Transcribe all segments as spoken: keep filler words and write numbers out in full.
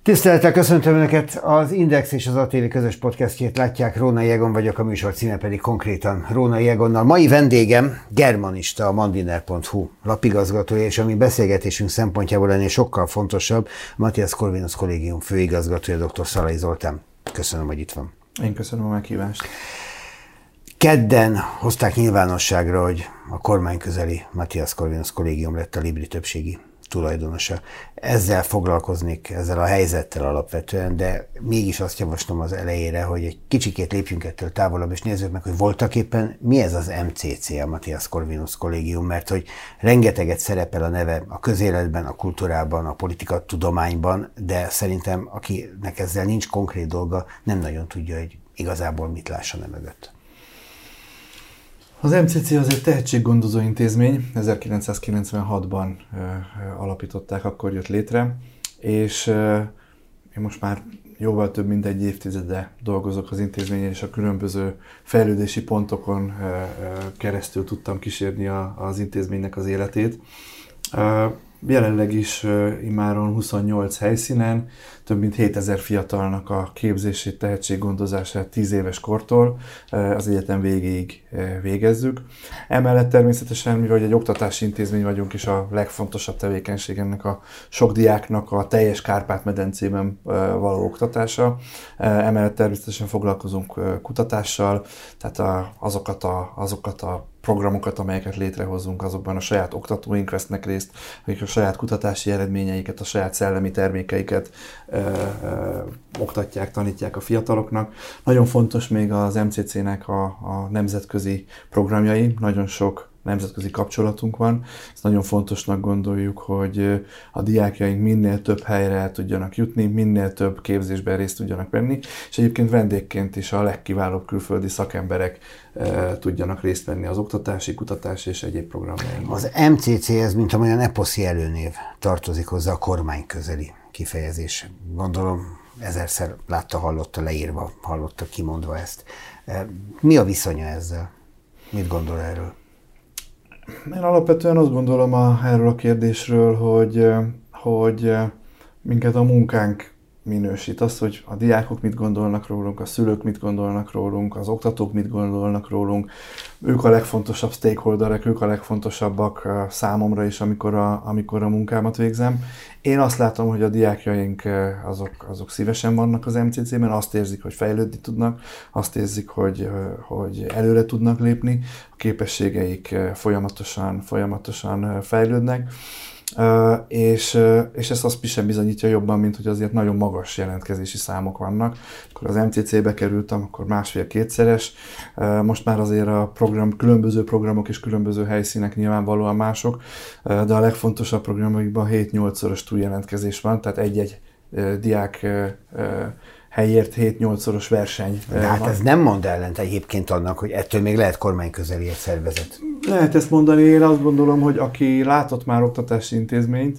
Tisztelettel köszöntöm Önöket! Az Index és az á té vé közös podcastjét látják, Rónai Egon vagyok, a műsor címe pedig konkrétan Rónai Egonnal. Mai vendégem germanista, a mandiner pont hu lapigazgatója, és ami beszélgetésünk szempontjából ennél sokkal fontosabb, a Matthias Corvinus Kollégium főigazgatója, dr. Szalai Zoltán. Köszönöm, hogy itt van. Én köszönöm a meghívást. Kedden hozták nyilvánosságra, hogy a kormányközeli Matthias Corvinus Kollégium lett a Libri többségi tulajdonosa. Ezzel foglalkoznék, ezzel a helyzettel alapvetően, de mégis azt javaslom az elejére, hogy egy kicsikét lépjünk ettől távolabb, és nézzük meg, hogy voltak éppen mi ez az em cé cé, a Matthias Corvinus Kollégium, mert hogy rengeteget szerepel a neve a közéletben, a kultúrában, a politikatudományban, de szerintem akinek ezzel nincs konkrét dolga, nem nagyon tudja, hogy igazából mit lásson e mögött. Az em cé cé az egy tehetséggondozó intézmény, ezerkilencszázkilencvenhatban ö, ö, alapították, akkor jött létre, és ö, én most már jóval több mint egy évtizede dolgozok az intézményen, és a különböző fejlődési pontokon ö, ö, keresztül tudtam kísérni a, az intézménynek az életét. Ö, jelenleg is ö, immáron huszonnyolc helyszínen, több mint hétezer fiatalnak a képzését, tehetséggondozását tíz éves kortól az egyetem végéig végezzük. Emellett természetesen, mivel egy oktatási intézmény vagyunk, és a legfontosabb tevékenység ennek a sok diáknak a teljes Kárpát-medencében való oktatása. Emellett természetesen foglalkozunk kutatással, tehát azokat a, azokat a programokat, amelyeket létrehozunk, azokban a saját oktatóink vesznek részt, akik a saját kutatási eredményeiket, a saját szellemi termékeiket ö, ö, oktatják, tanítják a fiataloknak. Nagyon fontos még az em cé cének a, a nemzetközi programjai, nagyon sok nemzetközi kapcsolatunk van. Ezt nagyon fontosnak gondoljuk, hogy a diákjaink minél több helyre el tudjanak jutni, minél több képzésben részt tudjanak venni, és egyébként vendégként is a legkiválóbb külföldi szakemberek e, tudjanak részt venni az oktatási, kutatási és egyéb programjainkban. Az em cé cé ez, mint olyan eposzi előnév, tartozik hozzá a kormányközeli kifejezés. Gondolom ezerszer látta, hallotta leírva, hallotta kimondva ezt. Mi a viszonya ezzel? Mit gondol erről? Én alapvetően azt gondolom a, erről a kérdésről, hogy, hogy minket a munkánk minősít. Az, hogy a diákok mit gondolnak rólunk, a szülők mit gondolnak rólunk, az oktatók mit gondolnak rólunk, ők a legfontosabb stakeholderek, ők a legfontosabbak számomra is, amikor a, amikor a munkámat végzem. Én azt látom, hogy a diákjaink azok, azok szívesen vannak az em cé cében, azt érzik, hogy fejlődni tudnak, azt érzik, hogy, hogy előre tudnak lépni, a képességeik folyamatosan, folyamatosan fejlődnek. Uh, és, uh, és ezt azt sem bizonyítja jobban, mint hogy azért nagyon magas jelentkezési számok vannak. Akkor az em cé cébe kerültem, akkor másfél-kétszeres. Uh, most már azért a program, különböző programok és különböző helyszínek nyilvánvalóan mások, uh, de a legfontosabb programokban hét-nyolcszoros túljelentkezés van, tehát egy-egy uh, diák uh, uh, helyért hét-nyolcszoros verseny. De hát ez nem mond ellent egyébként annak, hogy ettől még lehet kormányközeli egy szervezet. Lehet ezt mondani, én azt gondolom, hogy aki látott már oktatási intézményt,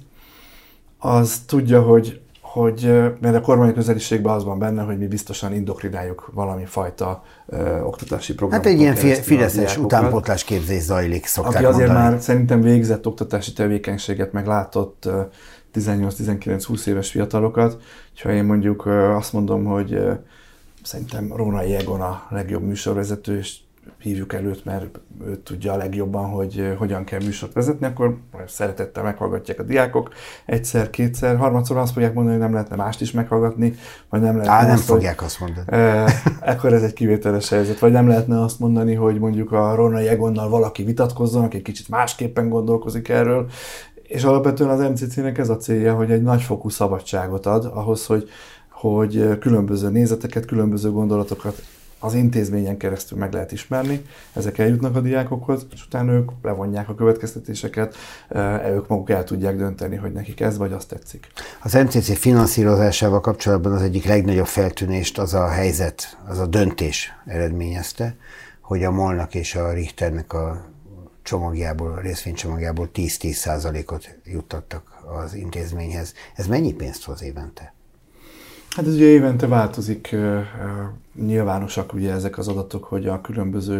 az tudja, hogy, hogy mert a kormányközeliségben az van benne, hogy mi biztosan indokrináljuk valami fajta ö, oktatási programot. Hát egy ilyen fideszes utánpótlás képzés zajlik, szokták aki azért mondani. már szerintem végzett oktatási tevékenységet, meg látott ö, tizennyolc-tizenkilenc-húsz éves fiatalokat. Ha én mondjuk azt mondom, hogy szerintem Rónai Egon a legjobb műsorvezető, és hívjuk előtt, mert ő tudja a legjobban, hogy hogyan kell műsort vezetni, akkor szeretettel meghallgatják a diákok. Egyszer, kétszer, harmadszor azt fogják mondani, hogy nem lehetne mást is meghallgatni, vagy nem lehetne Á, nem azt, fogják hogy, azt mondani. Eh, akkor ez egy kivételes helyzet. Vagy nem lehetne azt mondani, hogy mondjuk a Rónai Egonnal valaki vitatkozzon, aki kicsit másképpen gondolkozik erről. És alapvetően az em cé cének ez a célja, hogy egy nagyfokú szabadságot ad ahhoz, hogy, hogy különböző nézeteket, különböző gondolatokat az intézményen keresztül meg lehet ismerni, ezek eljutnak a diákokhoz, és utána ők levonják a következtetéseket, ők maguk el tudják dönteni, hogy nekik ez vagy azt tetszik. Az em cé cé finanszírozásával kapcsolatban az egyik legnagyobb feltűnést az a helyzet, az a döntés eredményezte, hogy a MOL-nak és a Richternek a csomagjából, a részvénycsomagjából tíz-tíz százalékot juttattak az intézményhez. Ez mennyi pénzt hoz évente? Hát ez ugye évente változik, nyilvánosak ugye ezek az adatok, hogy a különböző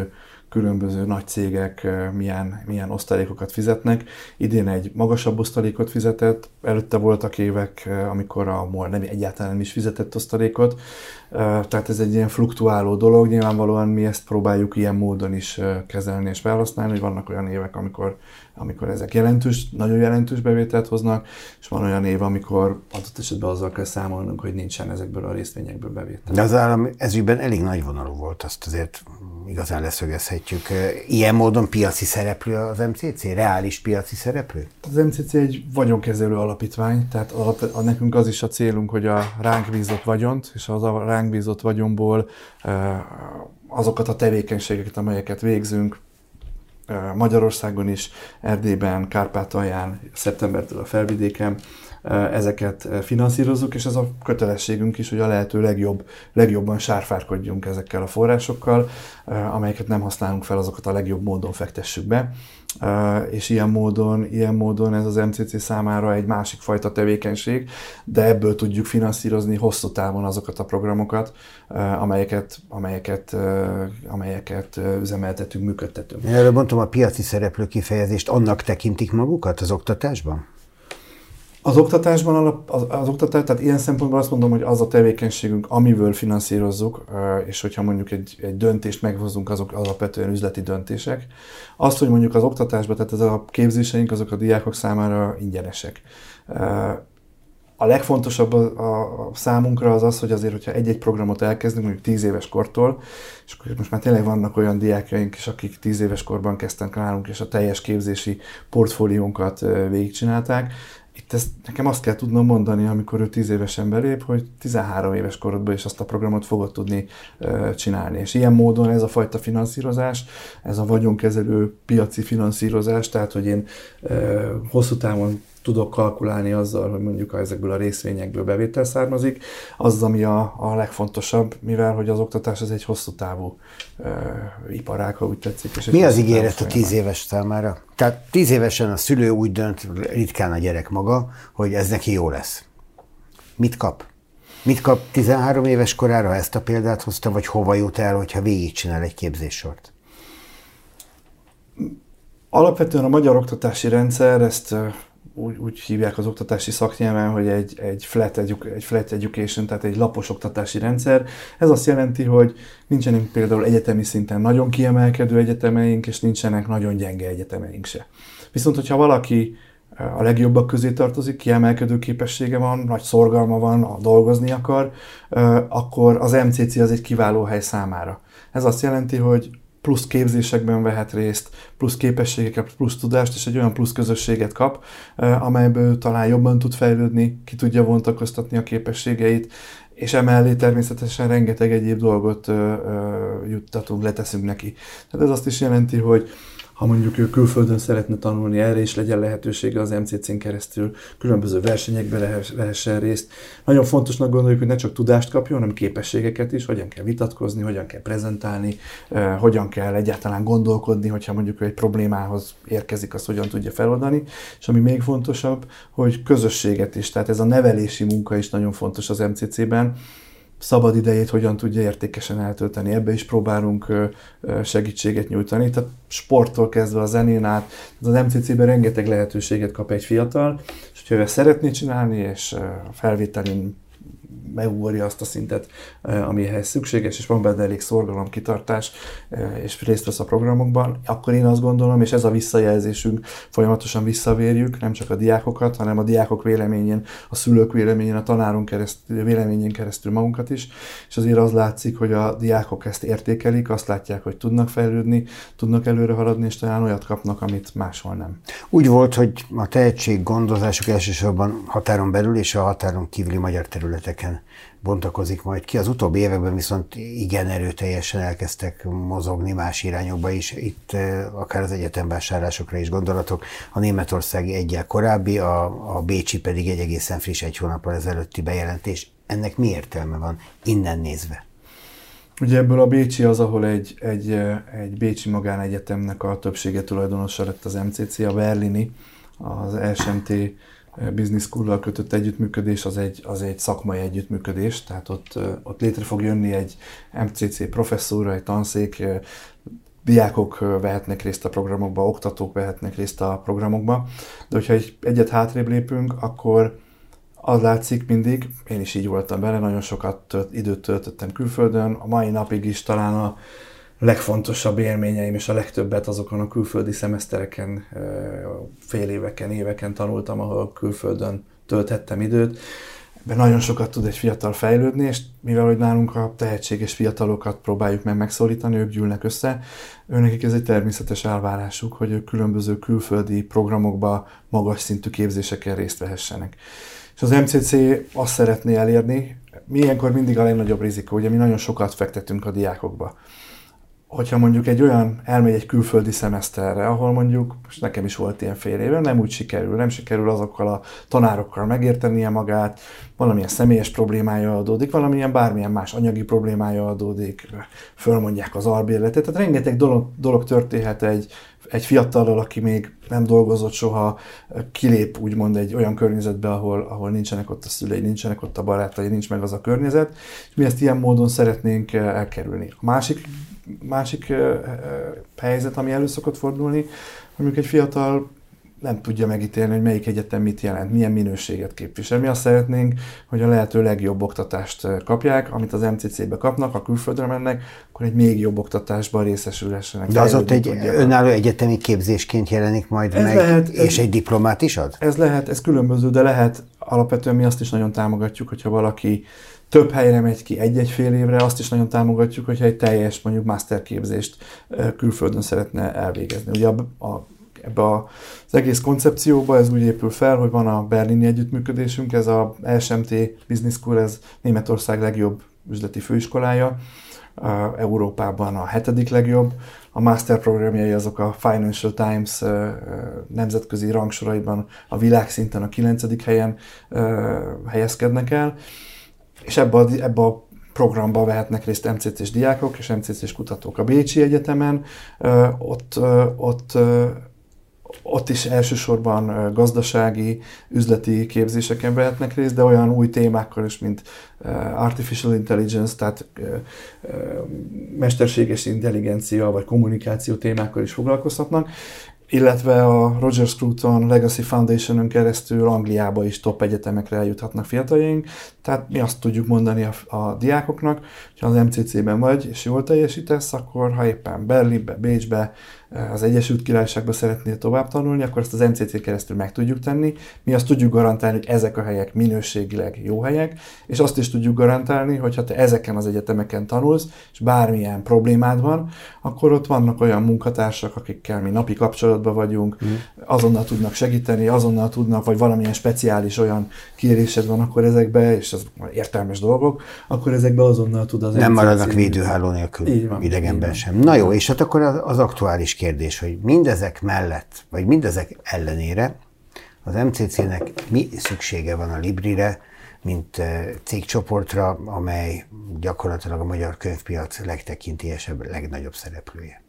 különböző nagy cégek milyen, milyen osztalékokat fizetnek. Idén egy magasabb osztalékot fizetett, előtte voltak évek, amikor a MOL nem, egyáltalán nem is fizetett osztalékot, tehát ez egy ilyen fluktuáló dolog, nyilvánvalóan mi ezt próbáljuk ilyen módon is kezelni és felhasználni, hogy vannak olyan évek, amikor, amikor ezek jelentős, nagyon jelentős bevételt hoznak, és van olyan év, amikor adott esetben azzal kell számolnunk, hogy nincsen ezekből a részvényekből bevétel. De az állam ezügyben elég nagyvonalú volt, azt azért igazán leszögezhetjük. Ilyen módon piaci szereplő az em cé cé? Reális piaci szereplő? Az em cé cé egy vagyonkezelő alapítvány, tehát alap, a, nekünk az is a célunk, hogy a ránk bízott vagyont, és az a ránk bízott vagyonból azokat a tevékenységeket, amelyeket végzünk, Magyarországon is, Erdélyben, Kárpátalján, szeptembertől a Felvidéken, ezeket finanszírozzuk, és ez a kötelességünk is, hogy a lehető legjobb, legjobban sárfárkodjunk ezekkel a forrásokkal, amelyeket nem használunk fel, azokat a legjobb módon fektessük be. És ilyen módon, ilyen módon ez az em cé cé számára egy másik fajta tevékenység, de ebből tudjuk finanszírozni hosszú távon azokat a programokat, amelyeket, amelyeket, amelyeket üzemeltetünk, működtetünk. Én előbb mondtam a piaci szereplő kifejezést, annak tekintik magukat az oktatásban? Az oktatásban, alap, az, az oktatás, tehát ilyen szempontból azt mondom, hogy az a tevékenységünk, amiből finanszírozzuk, és hogyha mondjuk egy, egy döntést meghozunk, azok alapvetően üzleti döntések. Azt, hogy mondjuk az oktatásban, tehát ez a képzéseink, azok a diákok számára ingyenesek. A legfontosabb a, a számunkra az az, hogy azért, hogyha egy-egy programot elkezdünk, mondjuk tíz éves kortól, és akkor most már tényleg vannak olyan diákjaink is, akik tíz éves korban kezdtek nálunk, és a teljes képzési portfóliónkat végigcsinálták. Itt ezt, nekem azt kell tudnom mondani, amikor ő tíz évesen belép, hogy tizenhárom éves korodban is azt a programot fogod tudni uh, csinálni. És ilyen módon ez a fajta finanszírozás, ez a vagyonkezelő piaci finanszírozás, tehát hogy én uh, hosszú távon tudok kalkulálni azzal, hogy mondjuk ezekből a részvényekből bevétel származik, az, ami a, a legfontosabb, mivel hogy az oktatás az egy hosszú távú uh, iparág, ha úgy tetszik. És mi az ígéret a tíz éves számára? Tehát tíz évesen a szülő úgy dönt, ritkán a gyerek maga, hogy ez neki jó lesz. Mit kap? Mit kap tizenhárom éves korára, ha ezt a példát hozta, vagy hova jut el, hogyha végigcsinál egy képzéssort? Alapvetően a magyar oktatási rendszer ezt Úgy, úgy hívják az oktatási szaknyelven, hogy egy, egy, flat edu, egy flat education, tehát egy lapos oktatási rendszer. Ez azt jelenti, hogy nincsenek például egyetemi szinten nagyon kiemelkedő egyetemeink, és nincsenek nagyon gyenge egyetemeink se. Viszont, hogyha valaki a legjobbak közé tartozik, kiemelkedő képessége van, nagy szorgalma van, dolgozni akar, akkor az em cé cé az egy kiváló hely számára. Ez azt jelenti, hogy plusz képzésekben vehet részt, plusz képességeket, plusz tudást, és egy olyan plusz közösséget kap, amelyből talán jobban tud fejlődni, ki tudja vontakoztatni a képességeit, és emellé természetesen rengeteg egyéb dolgot ö, ö, juttatunk, leteszünk neki. Tehát ez azt is jelenti, hogy ha mondjuk ő külföldön szeretne tanulni, erre is legyen lehetősége az em cé cén keresztül, különböző versenyekbe vehessen részt. Nagyon fontosnak gondoljuk, hogy ne csak tudást kapjon, hanem képességeket is, hogyan kell vitatkozni, hogyan kell prezentálni, eh, hogyan kell egyáltalán gondolkodni, hogyha mondjuk ő egy problémához érkezik, azt hogyan tudja feloldani. És ami még fontosabb, hogy közösséget is, tehát ez a nevelési munka is nagyon fontos az em cé cében, szabad idejét hogyan tudja értékesen eltölteni. Ebbe is próbálunk segítséget nyújtani. Tehát sporttól kezdve a zenén át, az em cé cében rengeteg lehetőséget kap egy fiatal, és hogyha ő ezt szeretné csinálni, és a felvételin megugorja azt a szintet, amihez szükséges, és van benne elég szorgalom, kitartás, és részt vesz a programokban, akkor én azt gondolom, és ez a visszajelzésünk, folyamatosan visszavérjük, nem csak a diákokat, hanem a diákok véleményén, a szülők véleményén, a tanárunk keresztül, véleményén keresztül magunkat is, és azért az látszik, hogy a diákok ezt értékelik, azt látják, hogy tudnak fejlődni, tudnak előre haladni, és talán olyat kapnak, amit máshol nem. Úgy volt, hogy a tehetséggondozásuk elsősorban határon belül és a határon kívüli magyar területeken bontakozik majd ki. Az utóbbi években viszont igen erőteljesen elkezdtek mozogni más irányokba is. Itt akár az egyetemvásárlásokra is gondolatok. A németországi egyel korábbi, a, a bécsi pedig egy egészen friss, egy hónappal ezelőtti bejelentés. Ennek mi értelme van innen nézve? Ugye ebből a bécsi az, ahol egy, egy, egy bécsi magánegyetemnek a többsége tulajdonosa lett az em cé cé, a berlini, az es em té Business School-lal kötött együttműködés, az egy, az egy szakmai együttműködés, tehát ott, ott létre fog jönni egy em cé cé professzúra, egy tanszék, diákok vehetnek részt a programokba, oktatók vehetnek részt a programokba, de hogyha egy, egyet hátrébb lépünk, akkor az látszik mindig, én is így voltam bele, nagyon sokat tölt, időt töltöttem külföldön, a mai napig is talán a legfontosabb élményeim és a legtöbbet azokon a külföldi szemesztereken, fél éveken, éveken tanultam, ahol külföldön tölthettem időt. Ebben nagyon sokat tud egy fiatal fejlődni, és mivel hogy nálunk a tehetséges fiatalokat próbáljuk meg megszólítani, ők gyűlnek össze, őnekik ez egy természetes elvárásuk, hogy ők különböző külföldi programokba, magas szintű képzéseken részt vehessenek. És az em cé cé azt szeretné elérni, mi ilyenkor mindig a legnagyobb rizikó, ugye mi nagyon sokat fektetünk a diákokba. Hogyha mondjuk egy olyan elmegy egy külföldi szemeszterre, ahol mondjuk, most nekem is volt ilyen fél éve, nem úgy sikerül, nem sikerül azokkal a tanárokkal megértenie magát, valamilyen személyes problémája adódik, valamilyen bármilyen más anyagi problémája adódik, fölmondják az albérletet, tehát rengeteg dolog, dolog történhet egy, egy fiatallal, aki még nem dolgozott soha, kilép úgymond egy olyan környezetbe, ahol, ahol nincsenek ott a szülei, nincsenek ott a barátai, nincs meg az a környezet, és mi ezt ilyen módon szeretnénk elkerülni. A másik Másik uh, helyzet, ami elő szokott fordulni, hogy mondjuk egy fiatal nem tudja megítélni, hogy melyik egyetem mit jelent, milyen minőséget képvisel. Mi azt szeretnénk, hogy a lehető legjobb oktatást kapják, amit az em cé cé-be kapnak, ha külföldre mennek, akkor egy még jobb oktatásban részesülhessenek. De az ott egy önálló egyetemi képzésként jelenik majd ez meg, lehet, és ez, egy diplomát is ad? Ez lehet, ez különböző, de lehet. Alapvetően mi azt is nagyon támogatjuk, hogyha valaki több helyre megy ki egy-egy fél évre, azt is nagyon támogatjuk, hogyha egy teljes, mondjuk masterképzést külföldön szeretne elvégezni. Ugye a, a, ebbe a, az egész koncepcióba ez úgy épül fel, hogy van a berlini együttműködésünk, ez a es em té Business School, ez Németország legjobb üzleti főiskolája, Európában a hetedik legjobb. A master programjai azok a Financial Times nemzetközi rangsoraiban a világszinten a kilencedik helyen helyezkednek el. És ebbe a, ebbe a programba vehetnek részt em cé cés diákok és em cé cés kutatók. A Bécsi Egyetemen ott, ott, ott is elsősorban gazdasági, üzleti képzéseken vehetnek részt, de olyan új témákkal is, mint artificial intelligence, tehát mesterséges intelligencia vagy kommunikáció témákkal is foglalkozhatnak, illetve a Roger Scruton Legacy Foundation-ön keresztül Angliába is top egyetemekre eljuthatnak fiataljaink. Tehát mi azt tudjuk mondani a, a diákoknak, hogy az em cé cé-ben vagy, és jól teljesítesz, akkor ha éppen Berlinbe, Bécsbe, az Egyesült Királyságba szeretnél tovább tanulni, akkor ezt az em cé cé keresztül meg tudjuk tenni. Mi azt tudjuk garantálni, hogy ezek a helyek minőségileg jó helyek, és azt is tudjuk garantálni, hogy ha te ezeken az egyetemeken tanulsz, és bármilyen problémád van, akkor ott vannak olyan munkatársak, akikkel mi napi kapcsolatban vagyunk, mm. azonnal tudnak segíteni, azonnal tudnak, vagy valamilyen speciális olyan kérésed van, akkor ezekbe, és ez értelmes dolgok, akkor ezekbe azonnal tud az nem maradnak védőháló nélkül, van, idegenben sem. Na jó, és hát akkor az, az aktuális kérdés, hogy mindezek mellett, vagy mindezek ellenére az em cé cé-nek mi szüksége van a Librire, mint cégcsoportra, amely gyakorlatilag a magyar könyvpiac legtekintélyesebb, legnagyobb szereplője.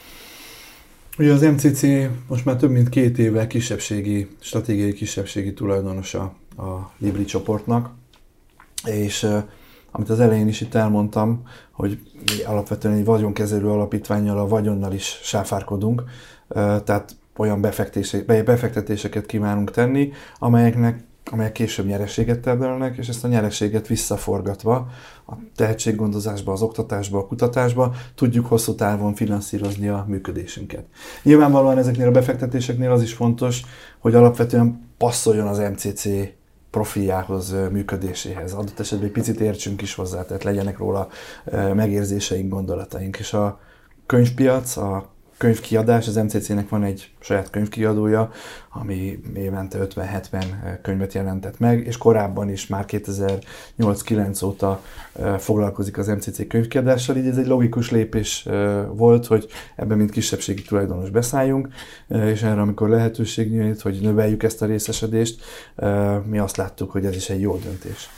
Ugye az em cé cé most már több mint két éve kisebbségi, stratégiai kisebbségi tulajdonosa a Libri csoportnak, és amit az elején is itt elmondtam, hogy mi alapvetően egy vagyonkezelő alapítvánnyal, a vagyonnal is sáfárkodunk, tehát olyan befektetéseket kívánunk tenni, amelyeknek, amelyek később nyereséget termelnek, és ezt a nyereséget visszaforgatva a tehetséggondozásba, az oktatásba, a kutatásba tudjuk hosszú távon finanszírozni a működésünket. Nyilvánvalóan ezeknél a befektetéseknél az is fontos, hogy alapvetően passzoljon az em cé cé profiljához, működéséhez. Adott esetben egy picit értsünk is hozzá, tehát legyenek róla megérzéseink, gondolataink. És a könyvpiac, a könyvkiadás, az em cé cé-nek van egy saját könyvkiadója, ami évente ötven-hetven könyvet jelentett meg, és korábban is már kétezer-nyolc-kilenc óta foglalkozik az em cé cé könyvkiadással, így ez egy logikus lépés volt, hogy ebben mint kisebbségi tulajdonos beszálljunk, és erre, amikor lehetőség nyílt, hogy növeljük ezt a részesedést, mi azt láttuk, hogy ez is egy jó döntés.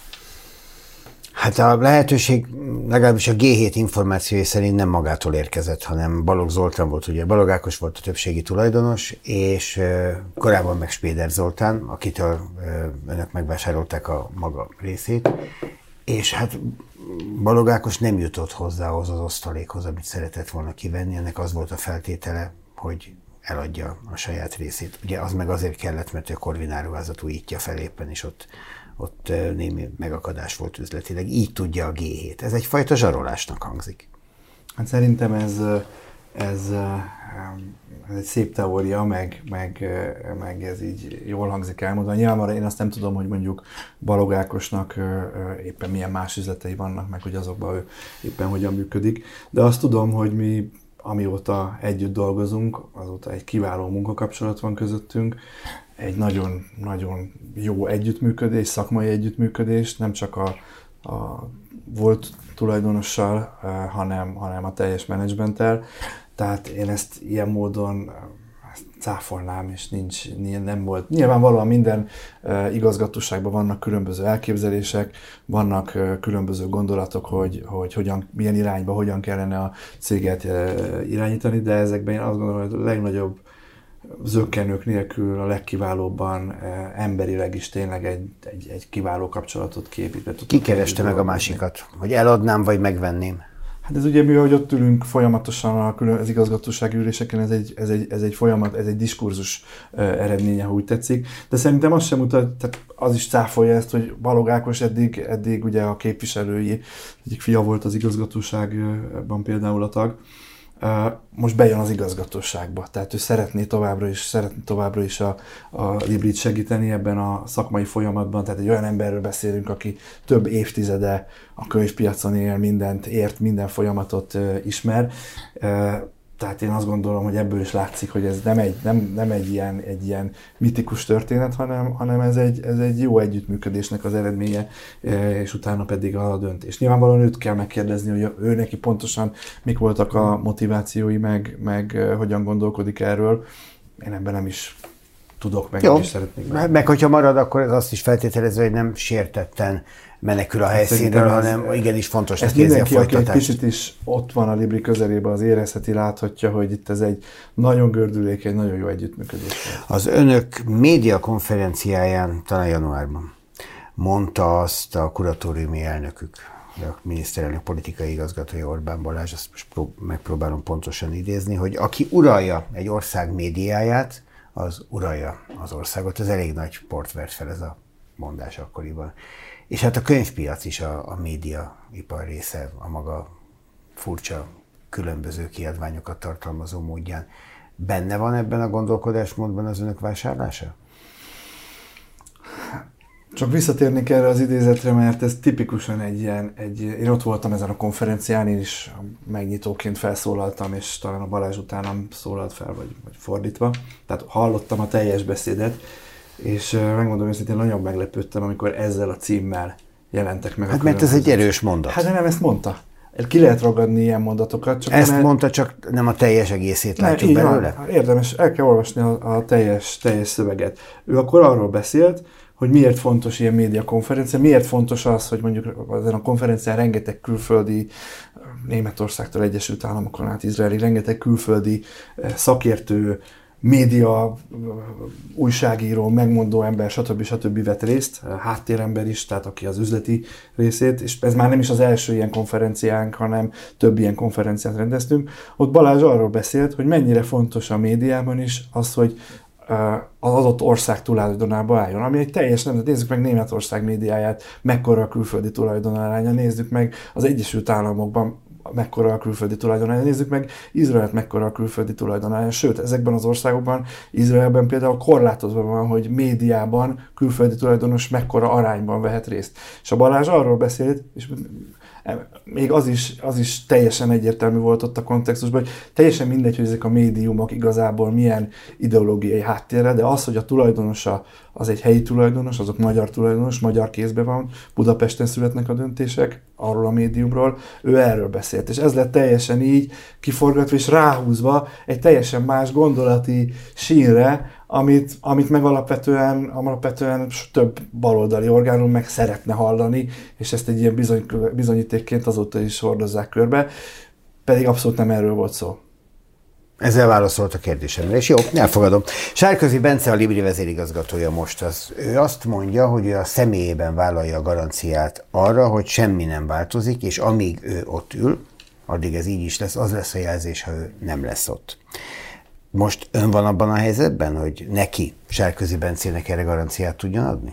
Hát a lehetőség legalábbis a gé hét információi szerint nem magától érkezett, hanem Balogh Zoltán volt, ugye Balogh Ákos volt a többségi tulajdonos, és korábban meg Spéder Zoltán, akitől önök megvásárolták a maga részét, és hát Balogh Ákos nem jutott hozzá ahhoz az osztalékhoz, amit szeretett volna kivenni, ennek az volt a feltétele, hogy eladja a saját részét. Ugye az meg azért kellett, mert a Corvin áruházat újítja fel éppen, és ott, ott némi megakadás volt üzletileg. Így tudja a gé hét. Ez egyfajta zsarolásnak hangzik. Hát szerintem ez, ez, ez egy szép teória, meg, meg, meg ez így jól hangzik elmondva. Nyilván én azt nem tudom, hogy mondjuk Balogh Ákosnak éppen milyen más üzletei vannak, meg hogy azokban ő éppen hogyan működik. De azt tudom, hogy mi amióta együtt dolgozunk, azóta egy kiváló munkakapcsolat van közöttünk, egy nagyon-nagyon jó együttműködés, szakmai együttműködés, nem csak a, a volt tulajdonossal, hanem, hanem a teljes menedzsmenttel. Tehát én ezt ilyen módon cáfolnám, és nincs, nem volt. Nyilvánvalóan minden igazgatóságban vannak különböző elképzelések, vannak különböző gondolatok, hogy, hogy hogyan, milyen irányba, hogyan kellene a céget irányítani, de ezekben én azt gondolom, hogy a legnagyobb zökkenők nélkül a legkiválóbban emberileg is tényleg egy, egy, egy kiváló kapcsolatot kiépített. Ki kereste meg a másikat? Hogy eladnám, vagy megvenném? Hát ez ugye mi, hogy ott ülünk folyamatosan a külön, az igazgatósági üléseken, ez egy, ez egy, ez egy folyamat, ez egy diskurzus eredménye, ha úgy tetszik. De szerintem az sem mutat, tehát az is cáfolja ezt, hogy Balogh Ákos eddig, eddig ugye a képviselői, egyik fia volt az igazgatóságban például a tag, most bejön az igazgatóságba. Tehát ő szeretné továbbra is, szeretné továbbra is a, a Librit segíteni ebben a szakmai folyamatban. Tehát egy olyan emberről beszélünk, aki több évtizede a könyvpiacon él, mindent ért, minden folyamatot ismer. Tehát én azt gondolom, hogy ebből is látszik, hogy ez nem egy, nem, nem egy, ilyen, egy ilyen mitikus történet, hanem, hanem ez, egy, ez egy jó együttműködésnek az eredménye, és utána pedig a döntés. Nyilvánvalóan őt kell megkérdezni, hogy ő neki pontosan mik voltak a motivációi, meg, meg hogyan gondolkodik erről. Én ebben nem is tudok, meg jó, nem is szeretnék. Meg, meg hogyha marad, akkor ez azt is feltételező, hogy nem sértetten menekül a helyszínről, hanem ez, igenis fontosnak érzi a folytatást. Aki egy kicsit is ott van a Libri közelében, az érezheti, láthatja, hogy itt ez egy nagyon gördülékeny, nagyon jó együttműködés. Az önök média konferenciáján, talán januárban, mondta azt a kuratóriumi elnökük, a miniszterelnök politikai igazgatója Orbán Balázs, azt most prób- megpróbálom pontosan idézni, hogy aki uralja egy ország médiáját, az uralja az országot. Ez elég nagy port vert fel ez a mondás akkoriban. És hát a könyvpiac is a, a médiaipar része, a maga furcsa, különböző kiadványokat tartalmazó módján. Benne van ebben a gondolkodásmódban az önök vásárlása? Csak visszatérnék erre az idézetre, mert ez tipikusan egy ilyen, egy, én ott voltam ezen a konferencián, én is megnyitóként felszólaltam, és talán a Balázs utánam szólalt fel, vagy, vagy fordítva. Tehát hallottam a teljes beszédet, és megmondom őszintén, nagyon meglepődtem, amikor ezzel a címmel jelentek meg. Hát mert ez egy erős mondat. Hát de nem ezt mondta. Ki lehet ragadni ilyen mondatokat. Csak ezt nem mondta, csak nem a teljes egészét látjuk ne, belőle? Van. Érdemes, el kell olvasni a, a teljes, teljes szöveget. Ő akkor arról beszélt, hogy miért fontos ilyen médiakonferencia, miért fontos az, hogy mondjuk ezen a konferencián rengeteg külföldi, Németországtól Egyesült Államokon át Izraelig, rengeteg külföldi szakértő, média, újságíró, megmondó ember, stb. stb. Vett részt, háttérember is, tehát aki az üzleti részét, és ez már nem is az első ilyen konferenciánk, hanem több ilyen konferenciát rendeztünk. Ott Balázs arról beszélt, hogy mennyire fontos a médiában is az, hogy az adott ország tulajdonába álljon, ami egy teljes nemzet. Nézzük meg Németország médiáját, mekkora a külföldi tulajdonaránya, nézzük meg az Egyesült Államokban mekkora a külföldi tulajdonánya, nézzük meg Izraelt mekkora a külföldi tulajdonánya, sőt, ezekben az országokban, Izraelben például korlátozva van, hogy médiában külföldi tulajdonos mekkora arányban vehet részt. És a Balázs arról beszélt, és még az is, az is teljesen egyértelmű volt ott a kontextusban, hogy teljesen mindegy, hogy ezek a médiumok igazából milyen ideológiai háttérre, de az, hogy a tulajdonosa az egy helyi tulajdonos, azok magyar tulajdonos, magyar kézben van, Budapesten születnek a döntések arról a médiumról, ő erről beszélt. És ez lett teljesen így kiforgatva és ráhúzva egy teljesen más gondolati sínre, amit, amit meg alapvetően, alapvetően több baloldali orgánum meg szeretne hallani, és ezt egy ilyen bizony, bizonyítékként azóta is hordozzák körbe, pedig abszolút nem erről volt szó. Ezzel válaszolt a kérdésemre, és jó, elfogadom. Sárközi Bence a Libri vezérigazgatója most. Az, ő azt mondja, hogy ő a személyében vállalja a garanciát arra, hogy semmi nem változik, és amíg ő ott ül, addig ez így is lesz, az lesz a jelzés, ha ő nem lesz ott. Most ön van abban a helyzetben, hogy neki, Sárközi Bencének erre garanciát tudjon adni?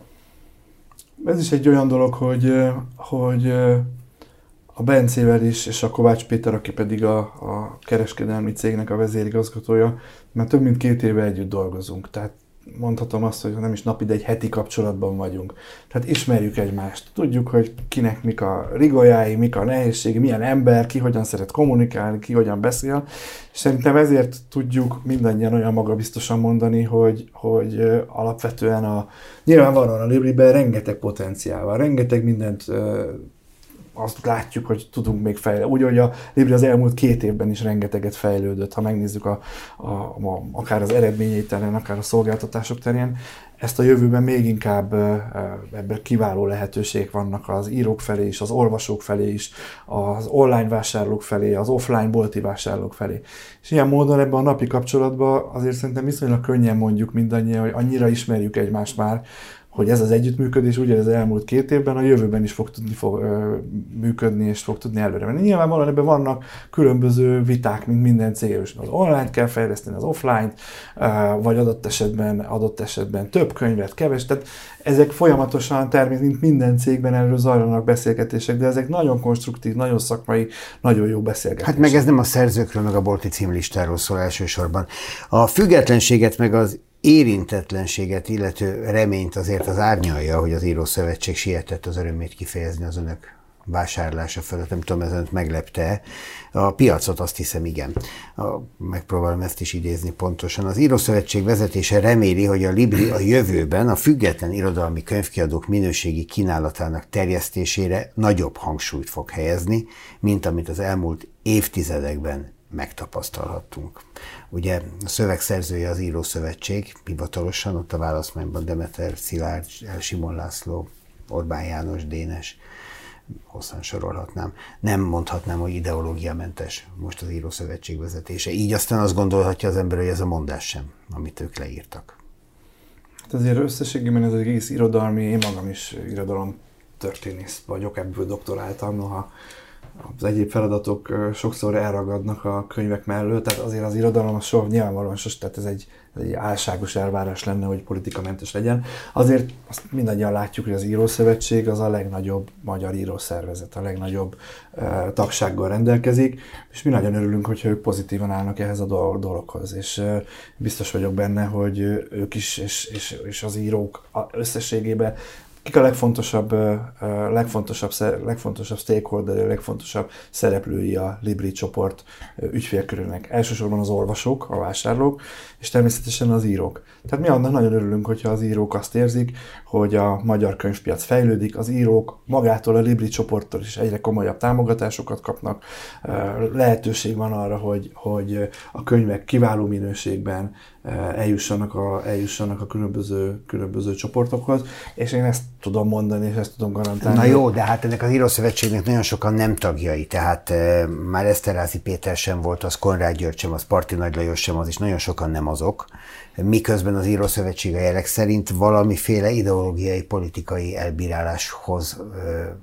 Ez is egy olyan dolog, hogy, hogy a Bencével is, és a Kovács Péter, aki pedig a, a kereskedelmi cégnek a vezérigazgatója, mert több mint két éve együtt dolgozunk. Tehát mondhatom azt, hogy nem is napi, de egy heti kapcsolatban vagyunk. Tehát ismerjük egymást. Tudjuk, hogy kinek mik a rigójái, mik a nehézségi, milyen ember, ki hogyan szeret kommunikálni, ki hogyan beszél. És szerintem ezért tudjuk mindannyian olyan magabiztosan mondani, hogy, hogy alapvetően a, nyilvánvalóan a Libriben rengeteg potenciál van, rengeteg mindent azt látjuk, hogy tudunk még fejlődni. Úgy, hogy a Libri az elmúlt két évben is rengeteget fejlődött, ha megnézzük a, a, a, akár az eredményei terén, akár a szolgáltatások terén. Ezt a jövőben még inkább ebben kiváló lehetőségek vannak az írók felé is, az olvasók felé is, az online vásárlók felé, az offline bolti vásárlók felé. És ilyen módon ebben a napi kapcsolatban azért szerintem viszonylag könnyen mondjuk mindannyian, hogy annyira ismerjük egymást már, hogy ez az együttműködés ugye az elmúlt két évben a jövőben is fog tudni fog, ö, működni, és fog tudni előre menni. Nyilvánvalóan ebben vannak különböző viták, mint minden cégről. Az online kell fejleszteni, az offline-t, ö, vagy adott esetben, adott esetben több könyvet, keves. Tehát ezek folyamatosan természetesen, mint minden cégben erről zajlanak beszélgetések, de ezek nagyon konstruktív, nagyon szakmai, nagyon jó beszélgetések. Hát meg ez nem a szerzőkről, meg a bolti címlistáról szól elsősorban. A függetlenséget meg az érintetlenséget illető reményt azért az árnyalja, hogy az Írószövetség sietett az örömét kifejezni az önök vásárlása fölött. Nem tudom, ez önt meglepte. A piacot azt hiszem, igen. A, megpróbálom ezt is idézni pontosan. Az Írószövetség vezetése reméli, hogy a Libri a jövőben a független irodalmi könyvkiadók minőségi kínálatának terjesztésére nagyobb hangsúlyt fog helyezni, mint amit az elmúlt évtizedekben megtapasztalhattunk. Ugye a szövegszerzője az Írószövetség, hivatalosan, ott a választmányban Demeter Szilárd, Simon László, Orbán János, Dénes, hosszan sorolhatnám. Nem mondhatnám, hogy ideológiamentes most az Írószövetség vezetése. Így aztán azt gondolhatja az ember, hogy ez a mondás sem, amit ők leírtak. Hát azért összességében ez az egész irodalmi, én magam is irodalom történész vagyok, ebből doktoráltam, noha az egyéb feladatok sokszor elragadnak a könyvek mellől, tehát azért az irodalom az soha nyilvánvalóan sos, tehát ez egy, ez egy álságos elvárás lenne, hogy politikamentes legyen. Azért azt mindannyian látjuk, hogy az Írószövetség az a legnagyobb magyar írószervezet, a legnagyobb uh, tagsággal rendelkezik, és mi nagyon örülünk, hogyha ők pozitívan állnak ehhez a dologhoz, és uh, biztos vagyok benne, hogy ők is, és, és, és az írók összességében kik a legfontosabb, legfontosabb, legfontosabb stakeholder, legfontosabb szereplői a Libri csoport ügyfélkörének? Elsősorban az olvasók, a vásárlók, és természetesen az írók. Tehát mi annak nagyon örülünk, hogyha az írók azt érzik, hogy a magyar könyvpiac fejlődik, az írók magától a Libri csoporttól is egyre komolyabb támogatásokat kapnak, lehetőség van arra, hogy, hogy a könyvek kiváló minőségben eljussanak a, eljussanak a különböző, különböző csoportokhoz, és én ezt tudom mondani, és ezt tudom garantálni. Na jó, de hát ennek az Írószövetségnek nagyon sokan nem tagjai, tehát e, már Eszterházy Péter sem volt, az Konrád György sem, az Parti Nagy Lajos sem, az is nagyon sokan nem azok. Miközben az Írószövetség a jelek szerint valamiféle ideológiai, politikai elbíráláshoz e,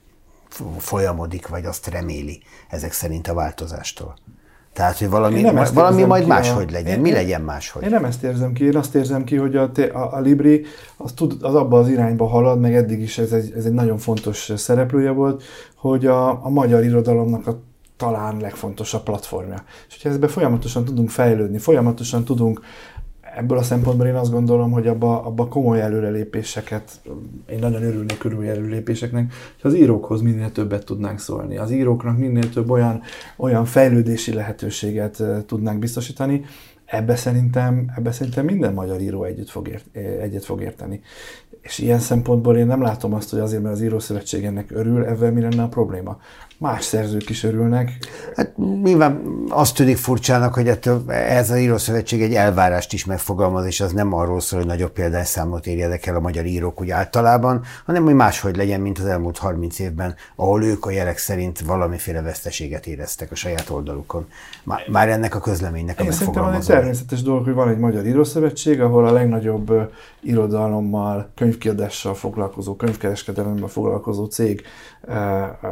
folyamodik, vagy azt reméli ezek szerint a változástól. Tehát, hogy valami, valami majd máshogy a... legyen. Én, Mi legyen máshogy? Én nem ezt érzem ki. Én azt érzem ki, hogy a, a, a Libri az, tud, az abba az irányba halad, meg eddig is ez egy, ez egy nagyon fontos szereplője volt, hogy a, a magyar irodalomnak a talán legfontosabb platformja. És hogyha ezben folyamatosan tudunk fejlődni, folyamatosan tudunk, ebből a szempontból én azt gondolom, hogy abba, abba komoly előrelépéseket, én nagyon örülnék körül előrelépéseknek, hogy az írókhoz minél többet tudnánk szólni. Az íróknak minél több olyan, olyan fejlődési lehetőséget tudnánk biztosítani. Ebbe szerintem, ebbe szerintem minden magyar író együtt fog, ért, egyet fog érteni. És ilyen szempontból én nem látom azt, hogy azért, mert az Írószövetség ennek örül, ebben mi lenne a probléma. Más szerzők is örülnek. Hát nyilván azt tűnik furcsának, hogy ettől, ez az Írószövetség egy elvárást is megfogalmaz, és az nem arról szól, hogy nagyobb példányszámot érjenek el a magyar írók úgy általában, hanem hogy máshogy legyen, mint az elmúlt harminc évben, ahol ők a jelek szerint valamiféle veszteséget éreztek a saját oldalukon. Már, már ennek a közleménynek a megfogalmazója. Szerintem egy természetes dolog, hogy van egy magyar írószövetség, ahol a legnagyobb uh, irodalommal, könyvkiadással foglalkozó, könyvkereskedelemmel foglalkozó cég uh, uh,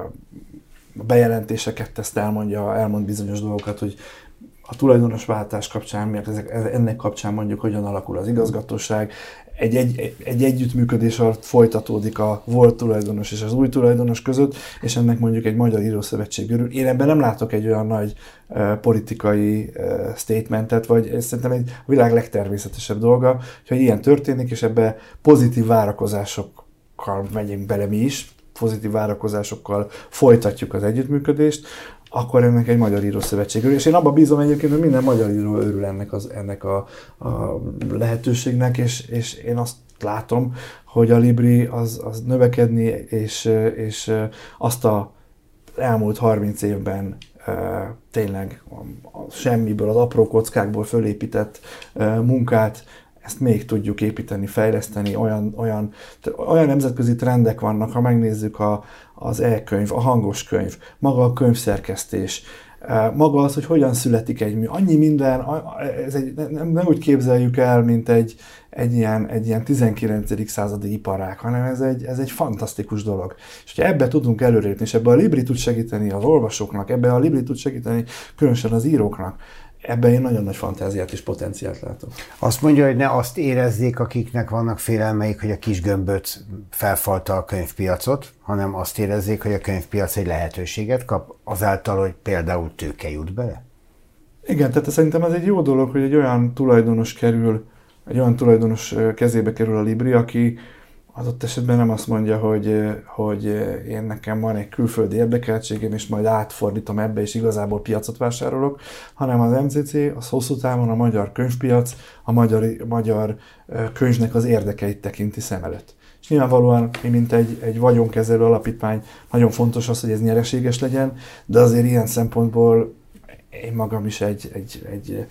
bejelentéseket tesz, elmondja, elmond bizonyos dolgokat, hogy a tulajdonosváltás kapcsán, miért ezek, ennek kapcsán mondjuk hogyan alakul az igazgatóság, egy, egy, egy együttműködés alatt folytatódik a volt tulajdonos és az új tulajdonos között, és ennek mondjuk egy magyar írószövetség örül. Én ebben nem látok egy olyan nagy uh, politikai uh, statementet, vagy ez szerintem egy a világ legtermészetesebb dolga, hogy ilyen történik, és ebbe pozitív várakozásokkal megyünk bele mi is, pozitív várakozásokkal folytatjuk az együttműködést, akkor ennek egy magyar írószövetség örül. És én abban bízom egyébként, hogy minden magyar író örül ennek, az, ennek a, a lehetőségnek, és, és én azt látom, hogy a Libri az, az növekedni, és, és azt a elmúlt harminc évben e, tényleg a semmiből, az apró kockákból fölépített e, munkát, ezt még tudjuk építeni, fejleszteni, olyan, olyan, olyan nemzetközi trendek vannak, ha megnézzük a, az e-könyv, a hangos könyv, maga a könyvszerkesztés, maga az, hogy hogyan születik egy mű, annyi minden, ez egy, nem, nem úgy képzeljük el, mint egy, egy, ilyen, egy ilyen tizenkilencedik századi iparág, hanem ez egy, ez egy fantasztikus dolog. És hogyha ebbe tudunk előrépni, és ebbe a Libri tud segíteni az olvasóknak, ebbe a Libri tud segíteni különösen az íróknak, ebben én nagyon nagy fantáziát és potenciált látok. Azt mondja, hogy ne azt érezzék, akiknek vannak félelmeik, hogy a kis gömböt felfalta a könyvpiacot, hanem azt érezzék, hogy a könyvpiac egy lehetőséget kap azáltal, hogy például tőke jut bele? Igen, tehát szerintem ez egy jó dolog, hogy egy olyan tulajdonos kerül, egy olyan tulajdonos kezébe kerül a Libri, aki adott esetben nem azt mondja, hogy, hogy én nekem van egy külföldi érdekeltségem, és majd átfordítom ebbe, és igazából piacot vásárolok, hanem az em cé cé, az hosszú távon a magyar könyvpiac, a magyar, magyar könyvnek az érdekeit tekinti szem előtt. És nyilvánvalóan, mi mint egy, egy vagyonkezelő alapítvány, nagyon fontos az, hogy ez nyereséges legyen, de azért ilyen szempontból én magam is egy, egy, egy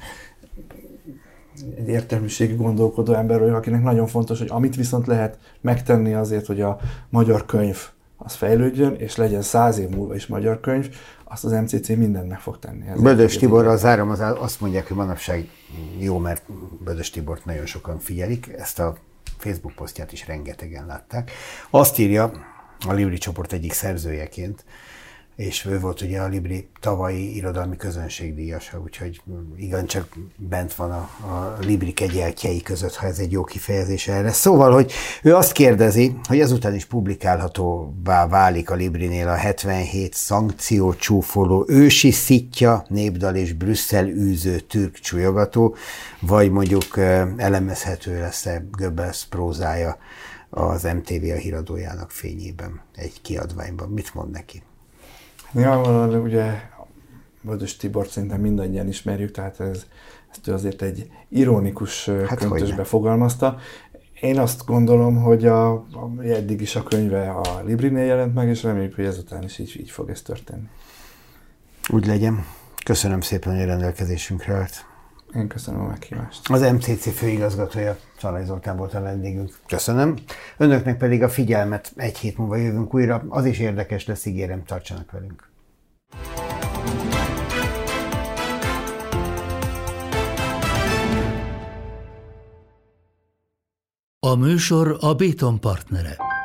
egy értelmiségi gondolkodó ember vagyok, akinek nagyon fontos, hogy amit viszont lehet megtenni azért, hogy a magyar könyv az fejlődjön, és legyen száz év múlva is magyar könyv, azt az em cé cé mindent meg fog tenni. Bödös Tiborral zárom, az azt mondják, hogy manapság jó, mert Bödös Tibort nagyon sokan figyelik, ezt a Facebook posztját is rengetegen látták. Azt írja a Libri csoport egyik szerzőjeként, és ő volt ugye a Libri tavalyi irodalmi közönségdíjasa, úgyhogy igencsak bent van a, a Libri kegyeltjei között, ha ez egy jó kifejezés erre. Szóval, hogy ő azt kérdezi, hogy ezután is publikálhatóvá válik a Librinél a hetvenhét szankció csúfoló ősi szitja, népdal és Brüsszel űző türk csúlyogató, vagy mondjuk elemezhető lesz-e Goebbels prózája az em té vé a híradójának fényében, egy kiadványban. Mit mond neki? Nyilvánvalóan ugye Bödös Tibort szerintem mindannyian ismerjük, tehát ez, ezt ő azért egy ironikus hát köntösbe fogalmazta. Én azt gondolom, hogy a, a, eddig is a könyve a Librinél jelent meg, és reméljük, hogy ezután is így, így fog ez történni. Úgy legyen. Köszönöm szépen, hogy a rendelkezésünkre állt. Én köszönöm a meghívást. Az em cé cé főigazgatója, Szalai Zoltán volt a vendégünk. Köszönöm. Önöknek pedig a figyelmet, egy hét múlva jövünk újra. Az is érdekes lesz, ígérem, tartsanak velünk. A műsor a Béton partnere.